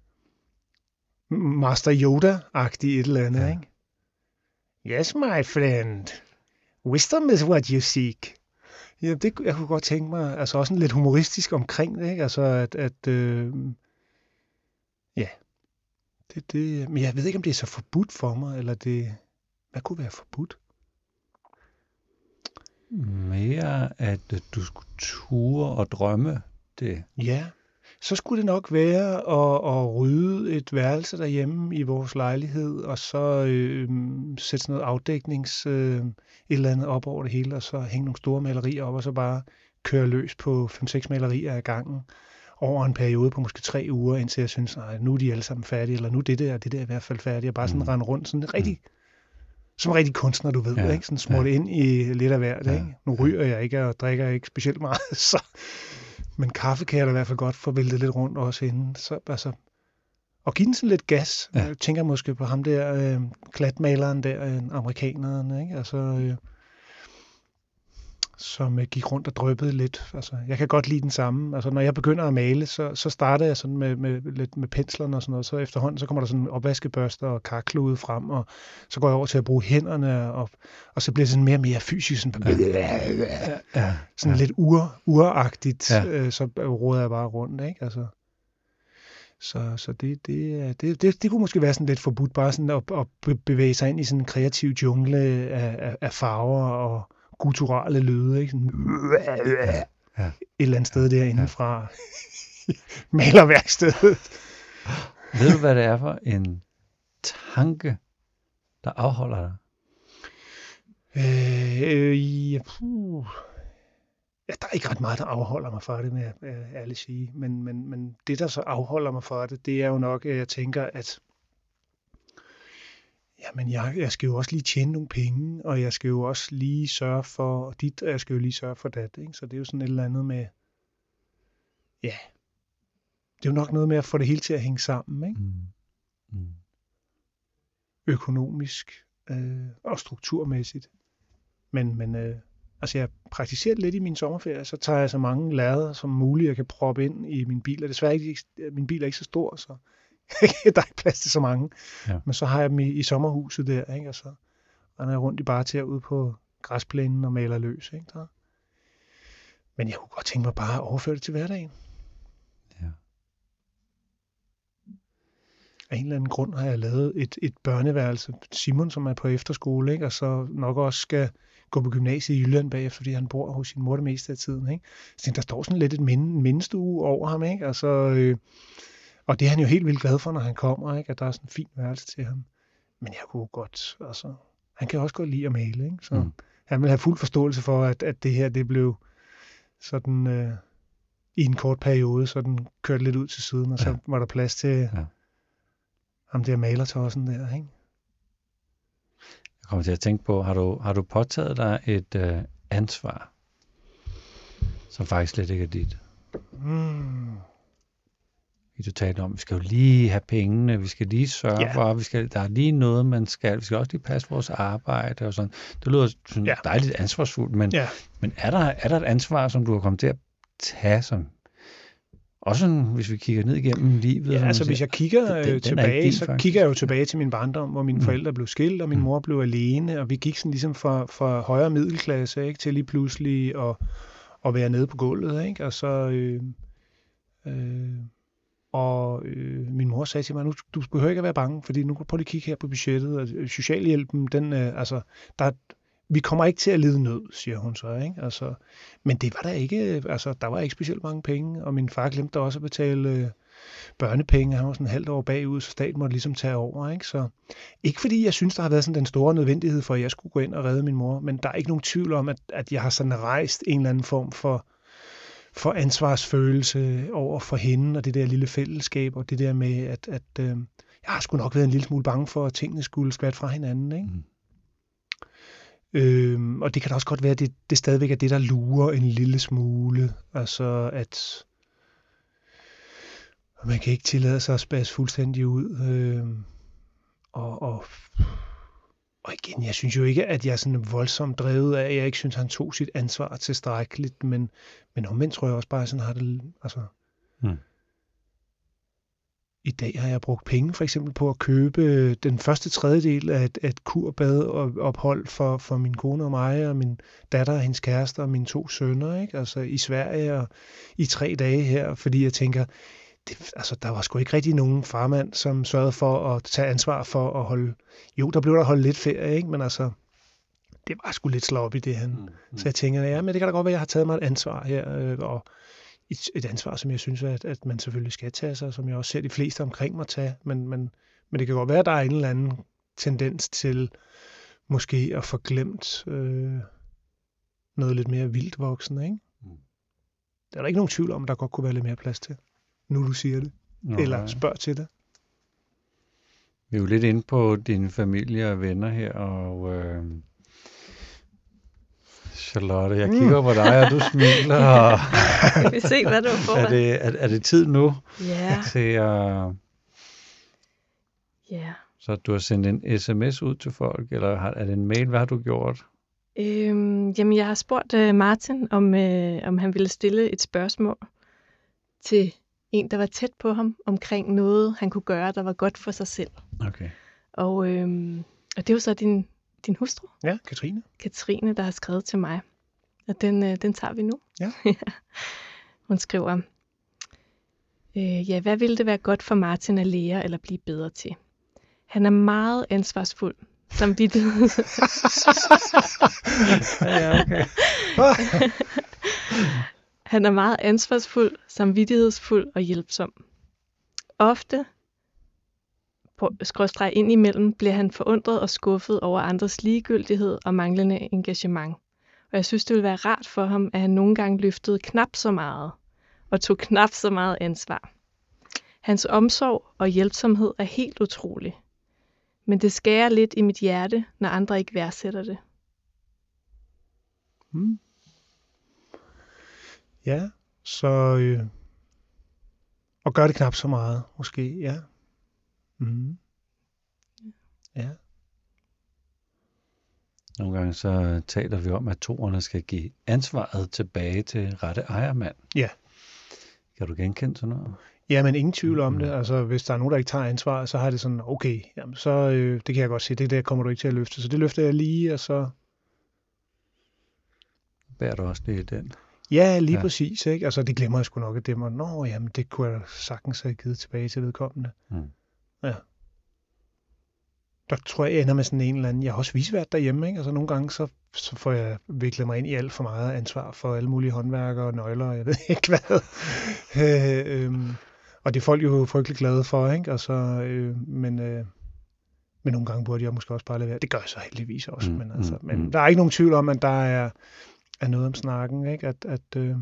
Master Yoda-agtig et eller andet, ja. Ikke? Yes, my friend. Wisdom is what you seek. Ja, det jeg kunne godt tænke mig, altså også en lidt humoristisk omkring det, ikke? Altså at, at øh, ja, det, det, men jeg ved ikke, om det er så forbudt for mig, eller det, hvad kunne være forbudt? Mere, at du skulle ture og drømme det. Ja, så skulle det nok være at, at rydde et værelse derhjemme i vores lejlighed, og så øh, sætte sådan noget afdæknings øh, et eller andet op over det hele, og så hænge nogle store malerier op, og så bare køre løs på fem seks malerier ad gangen over en periode på måske tre uger, indtil jeg synes, nej, nu er de alle sammen færdige, eller nu det der, det der er i hvert fald færdigt, og bare sådan mm. rende rundt, sådan rigtig, mm. som en rigtig kunstner, du ved, ja. Ikke? Sådan smurt ja. Ind i lidt af hvert, ja. Ikke? Nu ryger jeg ikke, og drikker ikke specielt meget, så... Men kaffe kan jeg da i hvert fald godt få væltet lidt rundt også inden. Så, altså, og give den sådan lidt gas. Ja. Jeg tænker måske på ham der, øh, klatmaleren der, øh, amerikaneren, ikke? Altså, øh, som øh, gik rundt og dryppede lidt. Altså, jeg kan godt lide den samme. Altså, når jeg begynder at male, så, så starter jeg sådan med, med, lidt med penslerne og sådan noget. Så efterhånden, så kommer der sådan opvaskebørster og karklude frem, og så går jeg over til at bruge hænderne, og, og så bliver det sådan mere og mere fysisk. Sådan, ja. Ja. Sådan ja. Lidt ur, uragtigt, ja. øh, så råder jeg bare rundt, ikke? Altså, så så det, det, det, det, det kunne måske være sådan lidt forbudt, bare sådan at, at bevæge sig ind i sådan en kreativ jungle af, af, af farver og gutturale lyde, ikke? Sådan, ja, ja. Et eller andet sted derinde ja. Fra malerværkstedet. Ved du, hvad det er for en tanke, der afholder dig? Øh, øh, ja, puh. Ja, der er ikke ret meget, der afholder mig fra det, vil jeg ærligt sige. Men, men, men det, der så afholder mig fra det, det er jo nok, at jeg tænker, at jamen, jeg, jeg skal jo også lige tjene nogle penge, og jeg skal jo også lige sørge for dit, og jeg skal jo lige sørge for dat, ikke? Så det er jo sådan et eller andet med, ja, det er jo nok noget med at få det hele til at hænge sammen, ikke? Mm. Mm. Økonomisk øh, og strukturmæssigt. Men, men øh, altså jeg praktiserer lidt i min sommerferie, så tager jeg så mange lærreder som muligt, jeg kan proppe ind i min bil, og desværre ikke, min bil er ikke så stor, så der er ikke plads til så mange. Ja. Men så har jeg dem i, i sommerhuset der, ikke? Og så render jeg rundt i bare til ude på græsplænen og maler løs, ikke? Så. Men jeg kunne godt tænke mig bare at overføre det til hverdagen. Ja. Af en eller anden grund har jeg lavet et, et børneværelse. Simon, som er på efterskole, ikke? Og så nok også skal gå på gymnasiet i Jylland bagefter, fordi han bor hos sin mor det meste af tiden, ikke? Så der står sådan lidt et minde, mindestue over ham, ikke? Og så... Øh, Og det er han jo helt vildt glad for, når han kommer, ikke? At der er sådan en fin værelse til ham. Men jeg kunne godt, altså, han kan også godt lide at male, ikke? Så mm. han vil have fuld forståelse for, at, at det her, det blev sådan, øh, i en kort periode, så den kørte lidt ud til siden, og så ja. var der plads til ja. ham der malertossen der, ikke? Jeg kommer til at tænke på, har du, har du påtaget dig et øh, ansvar, som faktisk slet ikke er dit? Mm. Vi taler om, vi skal jo lige have pengene, vi skal lige sørge yeah. for, vi skal, der er lige noget, man skal, vi skal også lige passe vores arbejde og sådan. Det lyder sådan yeah. dejligt ansvarsfuldt, men, yeah. men er, der, er der et ansvar, som du har kommet til at tage, som også sådan, hvis vi kigger ned igennem livet? Ja, altså hvis jeg kigger det, det, tilbage, din, så faktisk. kigger jeg jo tilbage til min barndom, hvor mine mm. forældre blev skilt, og min mor blev alene, og vi gik sådan ligesom fra, fra højere middelklasse, ikke, til lige pludselig at, at være nede på gulvet, ikke, og så... Øh, øh, Og øh, min mor sagde til mig, nu du behøver ikke at være bange, fordi nu kan du prøve at kigge her på budgettet, og socialhjælpen, den, øh, altså, der, vi kommer ikke til at lide nød, siger hun så, ikke? Altså, men det var der ikke, altså, der var ikke specielt mange penge, og min far glemte også at betale øh, børnepenge, han var sådan en halvt år bagud, så staten måtte ligesom tage over, ikke? Så ikke fordi jeg synes, der har været sådan den store nødvendighed for, at jeg skulle gå ind og redde min mor, men der er ikke nogen tvivl om, at, at jeg har sådan rejst en eller anden form for for ansvarsfølelse over for hende, og det der lille fællesskab, og det der med, at, at øh, jeg har sgu nok været en lille smule bange for, at tingene skulle skvatte fra hinanden, ikke? Mm. Øhm, og det kan da også godt være, at det, det stadigvæk er det, der lurer en lille smule. Altså, at man kan ikke tillade sig at spasse fuldstændig ud. Øh, og, og, og igen, jeg synes jo ikke, at jeg er sådan voldsomt drevet af, jeg ikke synes, han tog sit ansvar tilstrækkeligt, men, men omvendt tror jeg også bare, at sådan har det, altså... Mm. I dag har jeg brugt penge for eksempel på at købe den første tredjedel af et, et kurbadophold for, for min kone og mig, og min datter og hendes kæreste og mine to sønner, ikke? Altså i Sverige og i tre dage her, fordi jeg tænker, det, altså, der var sgu ikke rigtig nogen farmand, som sørgede for at tage ansvar for at holde... Jo, der blev der holdt lidt ferie, ikke? Men altså, det var sgu lidt slå op i det, han. Mm, mm. Så jeg tænker, ja, men det kan da godt være, at jeg har taget mig et ansvar her, øh, og et, et ansvar, som jeg synes, at, at man selvfølgelig skal tage sig, som jeg også ser de fleste omkring mig tage, men, men, men det kan godt være, at der er en eller anden tendens til måske at få glemt øh, noget lidt mere vildt voksne, ikke? Mm. Der er der ikke nogen tvivl om, at der godt kunne være lidt mere plads til, nu du siger det, Nå, eller ja. spørger til det. Vi er jo lidt inde på dine familie og venner her, og... Øh Charlotte, jeg kigger mm. på dig, og du smiler. Og kan vi se, hvad du får? Er det, er, er det tid nu? Ja. Til at... Ja. Så du har sendt en sms ud til folk, eller har, er det en mail? Hvad har du gjort? Øhm, jamen, jeg har spurgt uh, Martin, om, uh, om han ville stille et spørgsmål til en, der var tæt på ham, omkring noget, han kunne gøre, der var godt for sig selv. Okay. Og, øhm, og det er jo så din... din hustru? Ja, Katrine. Katrine, der har skrevet til mig. Og den, øh, den tager vi nu. Ja. Hun skriver, øh, ja, hvad ville det være godt for Martin at lære eller blive bedre til? Han er meget ansvarsfuld, samvittighed. ja, okay. Han er meget ansvarsfuld, samvittighedsfuld og hjælpsom. Ofte på skråstreg ind imellem bliver han forundret og skuffet over andres ligegyldighed og manglende engagement. Og jeg synes, det ville være rart for ham, at han nogle gange løftede knap så meget og tog knap så meget ansvar. Hans omsorg og hjælpsomhed er helt utrolig. Men det skærer lidt i mit hjerte, når andre ikke værdsætter det. Hmm. Ja, så... Øh, og gør det knap så meget, måske, ja. Mm. Ja. Nogle gange så taler vi om, at toerne skal give ansvaret tilbage til rette ejermand. Ja. Kan du genkende sådan noget? Ja, men ingen tvivl om mm. det. Altså, hvis der er nogen, der ikke tager ansvar, så har det sådan, okay, jamen, så øh, det kan jeg godt se, det der kommer du ikke til at løfte. Så det løfter jeg lige, og så... Bærer du også det i den? Ja, lige ja. præcis, ikke? Altså, det glemmer jeg sgu nok, at det må, nå, jamen, det kunne jeg sagtens have givet tilbage til vedkommende. Mm. Ja. Der tror jeg, jeg ender med sådan en eller anden... Jeg har også visvært derhjemme, ikke? Altså nogle gange, så, så får jeg viklet mig ind i alt for meget ansvar for alle mulige håndværkere og nøgler, og jeg ved ikke hvad. øh, øhm, og det er folk jo frygtelig glade for, ikke? Altså, øh, men, øh, men nogle gange burde jeg måske også bare lade være. Det gør jeg så heldigvis også, mm, men, altså, mm, men mm. der er ikke nogen tvivl om, at der er, er noget om snakken, ikke? At, at øh,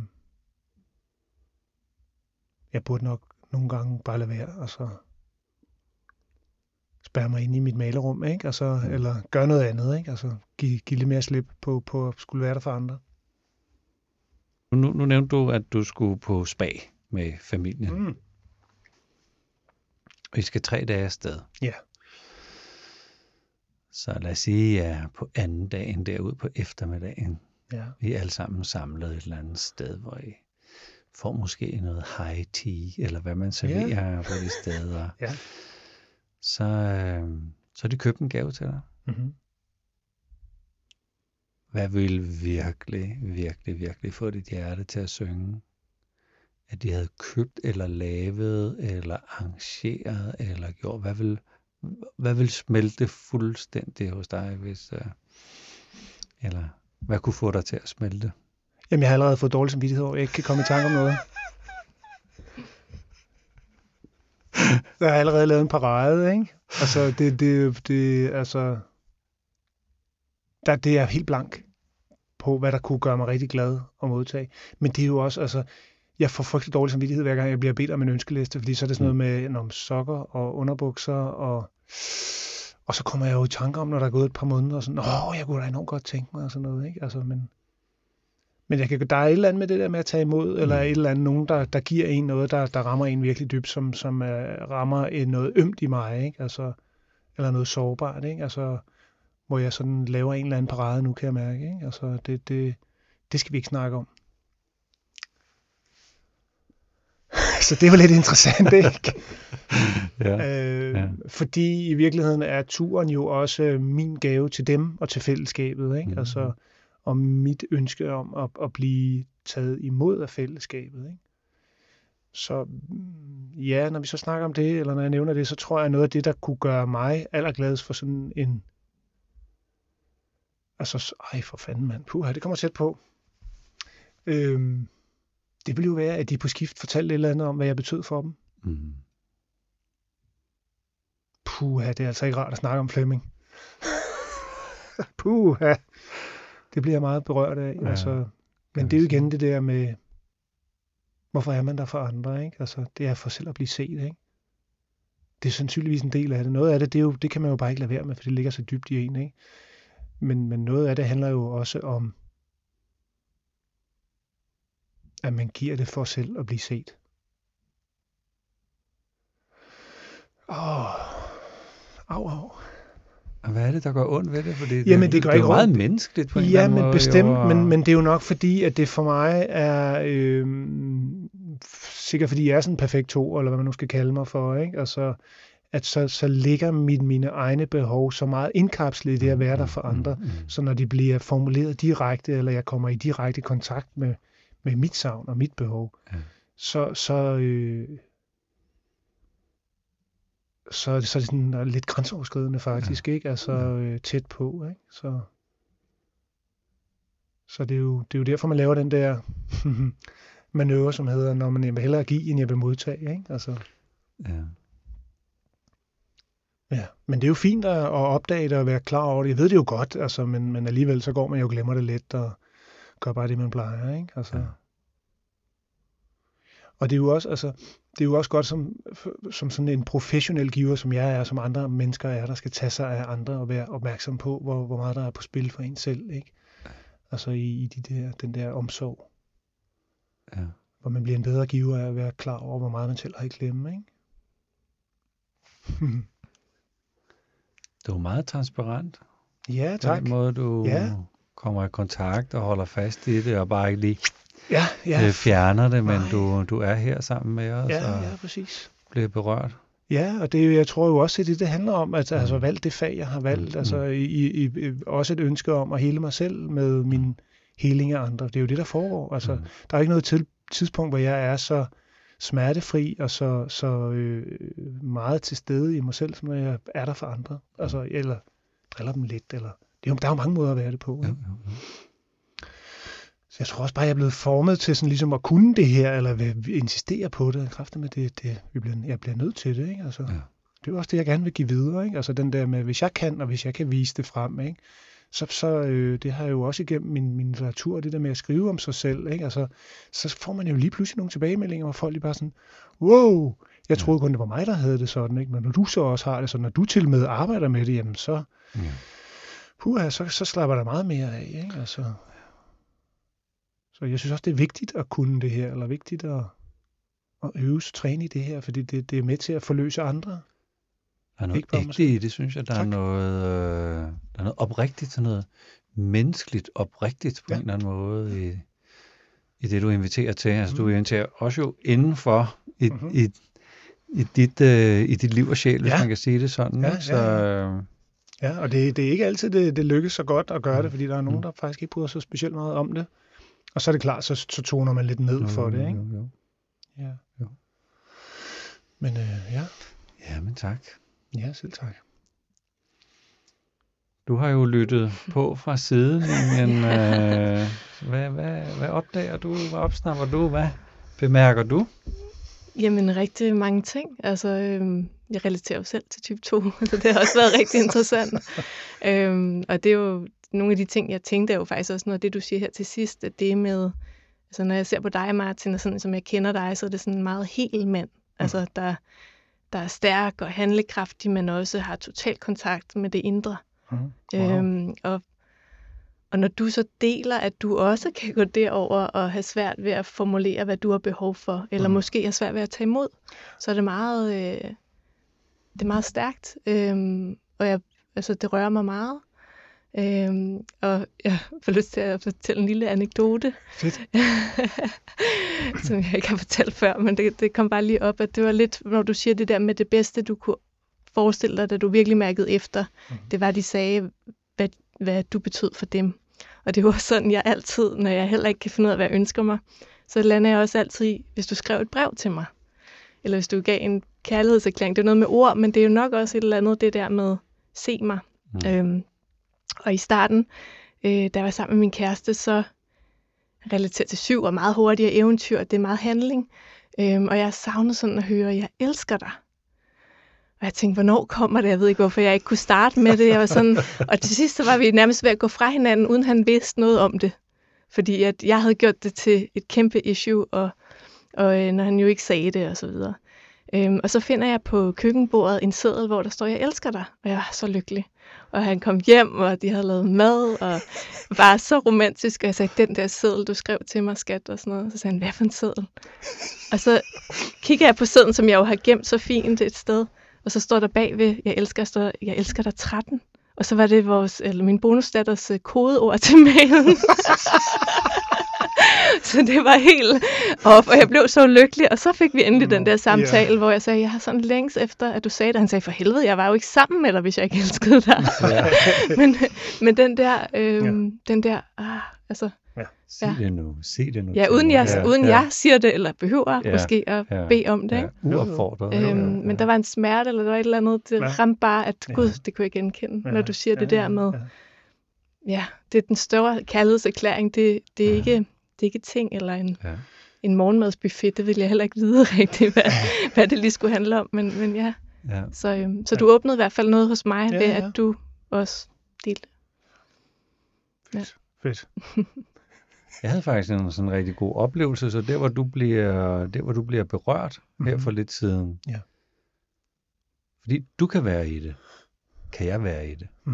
jeg burde nok nogle gange bare lade være, og så spærre mig ind i mit malerrum, ikke? Altså, mm. Eller gøre noget andet, ikke? Altså, give, give lidt mere slip på, på at skulle være der for andre. Nu, nu nævnte du, at du skulle på spa med familien. Mm. Og I skal tre dage afsted. Ja. Så lad os sige, at jeg er på anden dagen derude på eftermiddagen. Ja. Vi er alle sammen samlet et eller andet sted, hvor I får måske noget high tea, eller hvad man serverer ja. på de steder. Ja. Så, øh, så har de købt en gave til dig. Mm-hmm. Hvad vil virkelig, virkelig, virkelig få dit hjerte til at synge? At de havde købt, eller lavet, eller arrangeret, eller gjort. Hvad vil, hvad vil smelte fuldstændig hos dig, hvis... Øh, eller hvad kunne få dig til at smelte? Jamen, jeg har allerede fået dårlig samvittighed over, jeg ikke kan komme i tanke om noget. Jeg har allerede lavet en parade, ikke? Altså, det, det, det, altså... Der, det er helt blank på, hvad der kunne gøre mig rigtig glad at modtage. Men det er jo også, altså... Jeg får frygtelig dårlig samvittighed, hver gang jeg bliver bedt om en ønskeliste, fordi så er det sådan noget med nogle sokker og underbukser, og, og så kommer jeg jo i tanke om, når der er gået et par måneder, og sådan, åh, jeg kunne da enormt godt tænke mig, og sådan noget, ikke? Altså, men... Men jeg kan, der er et eller andet med det der med at tage imod, eller et eller andet, nogen, der, der giver en noget, der, der rammer en virkelig dybt, som, som uh, rammer en noget ømt i mig, ikke? Altså, eller noget sårbart, ikke? Altså, hvor jeg sådan laver en eller anden parade nu, kan jeg mærke, ikke? Altså, det, det, det skal vi ikke snakke om. Så det var lidt interessant, ikke? ja, øh, ja. Fordi i virkeligheden er turen jo også min gave til dem og til fællesskabet, ikke? Mm. Altså, og mit ønske om at, at blive taget imod af fællesskabet, ikke? Så ja, når vi så snakker om det, eller når jeg nævner det, så tror jeg, at noget af det, der kunne gøre mig allergladest for sådan en... Altså, ej for fanden mand, puha, det kommer tæt på. Øhm, det ville jo være, at de på skift fortalte et eller andet om, hvad jeg betød for dem. Mm. Puha, det er altså ikke rart at snakke om Flemming. Puha. Det bliver jeg meget berørt af. Ja, altså, men det er jo igen det der med, hvorfor er man der for andre, ikke? Altså, det er for selv at blive set, ikke? Det er sandsynligvis en del af det. Noget af det, det, er jo, det kan man jo bare ikke lade være med, for det ligger så dybt i en, ikke? Men, men noget af det handler jo også om, at man giver det for selv at blive set. Åh, au, au. Og hvad er det, der går ondt ved det? Fordi det, Jamen, det, gør det er jo meget ondt. menneskeligt på en ja, eller anden men måde. Bestemt, jo, og... men, men det er jo nok fordi, at det for mig er øh, sikkert fordi jeg er sådan en perfekt to, eller hvad man nu skal kalde mig for, ikke? Altså, at så, så ligger mit, mine egne behov så meget indkapslet i det at være der for andre, mm, mm, mm. Så når de bliver formuleret direkte, eller jeg kommer i direkte kontakt med, med mit savn og mit behov, ja. så, så, øh, så, så er det sådan lidt grænseoverskridende faktisk, ja. Ikke? Altså øh, tæt på, ikke? Så, så det, er jo, det er jo derfor, man laver den der manøvre, som hedder, når man vil hellere give, end jeg vil modtage, ikke? Altså, ja. Ja, men det er jo fint at, at opdage det og være klar over det. Jeg ved det jo godt, altså, men, men alligevel så går man jo og glemmer det lidt og gør bare det, man plejer, ikke? Altså. Ja. Og det er jo også, altså, det er jo også godt som, som sådan en professionel giver, som jeg er, som andre mennesker er, der skal tage sig af andre og være opmærksom på, hvor, hvor meget der er på spil for en selv, ikke? Altså i, i de der, den der omsorg. Ja. Hvor man bliver en bedre giver af at være klar over, hvor meget man selv har i klemme, ikke? Du er meget transparent. Ja, tak. Den måde, du ja. kommer i kontakt og holder fast i det, og bare ikke lige ja, ja. fjerner det, men du, du er her sammen med os ja, og ja, præcis. bliver berørt. Ja, og det, jeg tror jo også, at det, det handler om, at mm. altså, valgt det fag, jeg har valgt, mm. altså i, i, i, også et ønske om at hele mig selv med min heling af andre. Det er jo det, der foregår. Altså, mm. Der er ikke noget til, tidspunkt, hvor jeg er så smertefri og så, så øh, meget til stede i mig selv, som når jeg er der for andre. Altså, eller driller dem lidt. Eller, det er jo, der er jo mange måder at være det på. Ja, ja, ja. Så Jeg tror også bare, jeg er blevet formet til sådan ligesom at kunne det her, eller vil insistere på det. Kræfter med det, det vi bliver, jeg bliver nødt til det, ikke? Altså, ja. Det er jo også det, jeg gerne vil give videre, ikke? Altså den der med, hvis jeg kan, og hvis jeg kan vise det frem, ikke? Så, så øh, det har jeg jo også igennem min, min litteratur, det der med at skrive om sig selv, ikke? Altså, så får man jo lige pludselig nogle tilbagemeldinger, hvor folk lige bare sådan, wow, jeg troede kun, det var mig, der havde det sådan, ikke? Men når du så også har det sådan, når du til og med arbejder med det, jamen så, ja. puha, så, så slapper der meget mere af, ikke? Altså, så jeg synes også, det er vigtigt at kunne det her, eller vigtigt at, at øve sig, træne i det her, fordi det, det er med til at forløse andre. Der er noget ægte i det, synes jeg. Der er, noget, øh, der er noget oprigtigt, sådan noget menneskeligt oprigtigt på ja. en eller anden måde i, i det, du inviterer til. Altså, mm. du inviterer også jo indenfor i, mm-hmm. i, i, dit, øh, i dit liv og sjæl, hvis ja. man kan sige det sådan. Ja, så, ja, ja. ja og det, det er ikke altid, det, det lykkes så godt at gøre mm. det, fordi der er nogen, mm. der faktisk ikke bryder så specielt meget om det. Og så er det klart, så, så toner man lidt ned for jo, det, ikke? Jo, jo. Ja. Jo. Men øh, ja. Ja, men tak. Ja, selv tak. Du har jo lyttet på fra sidelinjen. øh, hvad, hvad, hvad opdager du? Hvad opsnapper du? Hvad bemærker du? Jamen, rigtig mange ting. Altså, øhm, jeg relaterer jo selv til type to, så det har også været rigtig interessant. øhm, og det er jo nogle af de ting, jeg tænkte, er jo faktisk også noget af det, du siger her til sidst, at det med, altså når jeg ser på dig, Martin, og sådan som jeg kender dig, så er det sådan en meget hel mand. Altså, der der er stærk og handlekraftig, men også har total kontakt med det indre. Mm. Wow. Øhm, og, og når du så deler, at du også kan gå derover og have svært ved at formulere, hvad du har behov for, eller mm. måske har svært ved at tage imod, så er det meget, øh, det er meget stærkt. Øhm, og jeg, altså, det rører mig meget. Øhm, og jeg får lyst til at fortælle en lille anekdote, som jeg ikke har fortalt før, men det, det kom bare lige op, at det var lidt, når du siger det der med det bedste, du kunne forestille dig, da du virkelig mærkede efter, mm. det var, de sagde, hvad, hvad du betød for dem. Og det var sådan, jeg altid, når jeg heller ikke kan finde ud af, hvad jeg ønsker mig, så lander jeg også altid i, hvis du skrev et brev til mig, eller hvis du gav en kærlighedserklæring, det er noget med ord, men det er jo nok også et eller andet, det der med, se mig. Mm. Øhm, Og i starten, øh, da jeg var sammen med min kæreste, så relateret til syv og meget hurtigere eventyr, det er meget handling. Øhm, og jeg savnede sådan at høre, jeg elsker dig. Og jeg tænkte, hvornår kommer det? Jeg ved ikke, hvorfor jeg ikke kunne starte med det. Jeg var sådan, og til sidst så var vi nærmest ved at gå fra hinanden, uden han vidste noget om det. Fordi at jeg havde gjort det til et kæmpe issue, og, og øh, når han jo ikke sagde det, og så videre. Øhm, og så finder jeg på køkkenbordet en seddel, hvor der står, jeg elsker dig. Og jeg var så lykkelig. Og han kom hjem, og de havde lavet mad, og var så romantisk. Og jeg sagde, den der seddel, du skrev til mig, skat, og sådan noget. Så sagde han, hvad for en seddel? Og så kigger jeg på sedlen, som jeg jo har gemt så fint et sted. Og så står der bagved, jeg elsker, står, jeg elsker dig tretten. Og så var det vores, eller min bonusdatters kodeord til mailen. Så det var helt off, og jeg blev så lykkelig, og så fik vi endelig den der samtale, yeah. hvor jeg sagde, jeg har sådan længes efter, at du sagde det. Han sagde, for helvede, jeg var jo ikke sammen med dig, hvis jeg ikke elskede dig. Ja. men, men den der, øhm, ja. den der, ah, altså... Ja. Sig ja. det nu, sig det nu. Ja, uden, jeg, ja. uden ja. jeg siger det, eller behøver ja. måske at ja. bede om det. Ikke? Ja. Uopfordret. Øhm, ja. Men der var en smerte, eller der var et eller andet, det ja. ramte bare, at gud, ja. det kunne jeg genkende, ja. når du siger ja. det der med, ja. ja, det er den større kærlighedserklæring, det, det er ja. ikke... Det er ikke ting eller en, ja. en morgenmadsbuffet. Det ville jeg heller ikke vide rigtigt, hvad, hvad det lige skulle handle om. Men, men ja, ja. så, øhm, så du ja. åbnede i hvert fald noget hos mig, ja, ved ja. at du også delte. Fedt. Ja. Fedt. Jeg havde faktisk en sådan en rigtig god oplevelse, så der hvor du bliver, der, hvor du bliver berørt mm-hmm. her for lidt siden. Ja. Fordi du kan være i det. Kan jeg være i det? Mm.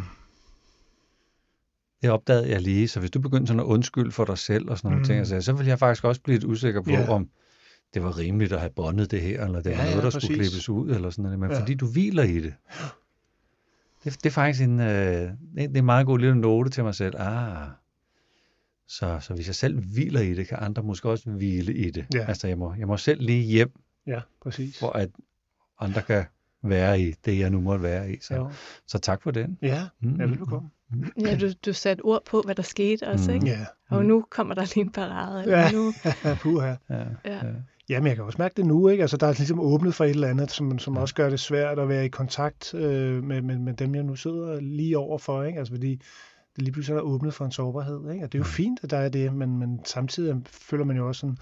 Det opdagede jeg lige, så hvis du begyndte sådan at undskylde for dig selv og sådan nogle mm. ting, så, så ville jeg faktisk også blive lidt usikker på, yeah. om det var rimeligt at have båndet det her, eller det var ja, noget, der ja, skulle klippes ud, eller sådan noget. Men ja. fordi du hviler i det. Det, det er faktisk en, øh, det er en meget god lille note til mig selv. Ah, så, så hvis jeg selv hviler i det, kan andre måske også hvile i det. Ja. Altså, jeg må, jeg må selv lige hjem, ja, præcis. for at andre kan være i det, jeg nu måtte være i. Så, så tak for den. Ja, mm. jeg vil bekomme. Ja, du, du satte ord på, hvad der skete også, ikke? Ja. Og nu kommer der lige en parade. Eller ja, nu... puha. Ja, ja. Jamen, jeg kan også mærke det nu, ikke? Altså, der er ligesom åbnet for et eller andet, som, som også gør det svært at være i kontakt øh, med, med, med dem, jeg nu sidder lige overfor, ikke? Altså, fordi det lige pludselig er åbnet for en sårbarhed, ikke? Og det er jo fint, at der er det, men, men samtidig føler man jo også sådan,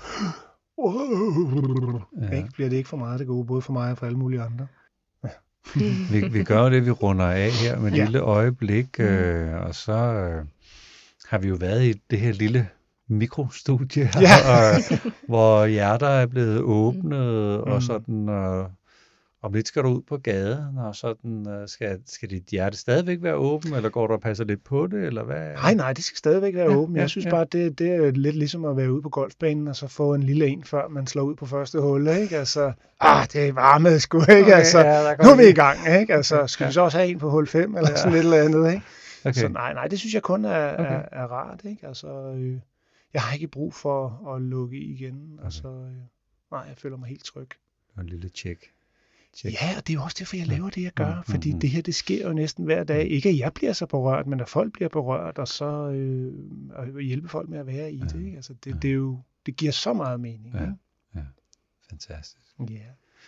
ja. Ikke? Bliver det ikke for meget det gode, både for mig og for alle mulige andre? Ja. vi, vi gør jo det, vi runder af her med et ja. lille øjeblik, øh, og så øh, har vi jo været i det her lille mikrostudie, ja. og, hvor hjerter er blevet åbnet, mm. og sådan, og om lidt skal du ud på gaden, og sådan, skal, skal dit hjerte stadigvæk være åben, eller går du og passer lidt på det, eller hvad? Nej, nej, det skal stadigvæk være ja, åben. Jeg ja, synes ja. bare, det, det er lidt ligesom at være ude på golfbanen, og så få en lille en, før man slår ud på første hul, ikke? Altså, ah, det er varmet sgu, ikke? Okay, altså, ja, nu er vi i gang, ikke? Altså, skal ja. vi så også have en på hul fem, eller ja. sådan et eller andet, ikke? Okay. Så nej, nej, det synes jeg kun er, okay. er, er rart, ikke? Altså, øh, jeg har ikke brug for at lukke i igen, okay. altså, øh, nej, jeg føler mig helt tryg. En lille tjek. Check. Ja, og det er jo også derfor, jeg laver det, jeg gør. Mm, fordi mm, det her, det sker jo næsten hver dag. Ikke at jeg bliver så berørt, men at folk bliver berørt, og så øh, og hjælpe folk med at være i ja, det. Ikke? Altså, det, ja. det, er jo, det giver så meget mening. Ja, ikke? ja. Fantastisk. Ja.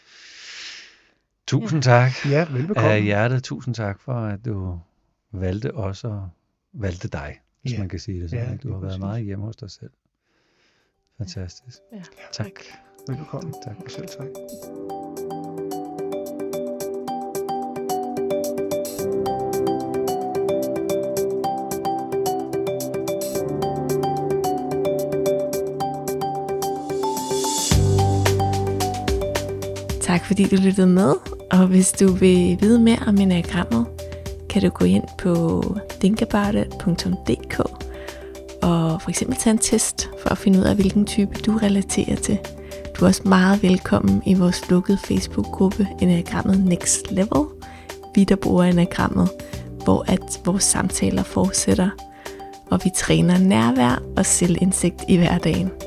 Tusind tak. Ja, velbekomme. Af hjertet, tusind tak for, at du valgte os og valgte dig, hvis ja. man kan sige det sådan. Ja, du har været præcis. meget hjemme hos dig selv. Fantastisk. Ja. Tak. tak. Velbekomme. Tak. Og selv tak. Tak fordi du lyttede med, og hvis du vil vide mere om enagrammet, kan du gå ind på thinkaboutit punktum d k og for eksempel tage en test for at finde ud af, hvilken type du relaterer til. Du er også meget velkommen i vores lukkede Facebook-gruppe Enagrammet Next Level, vi der bruger enagrammet, hvor at vores samtaler fortsætter, og vi træner nærvær og selvindsigt i hverdagen.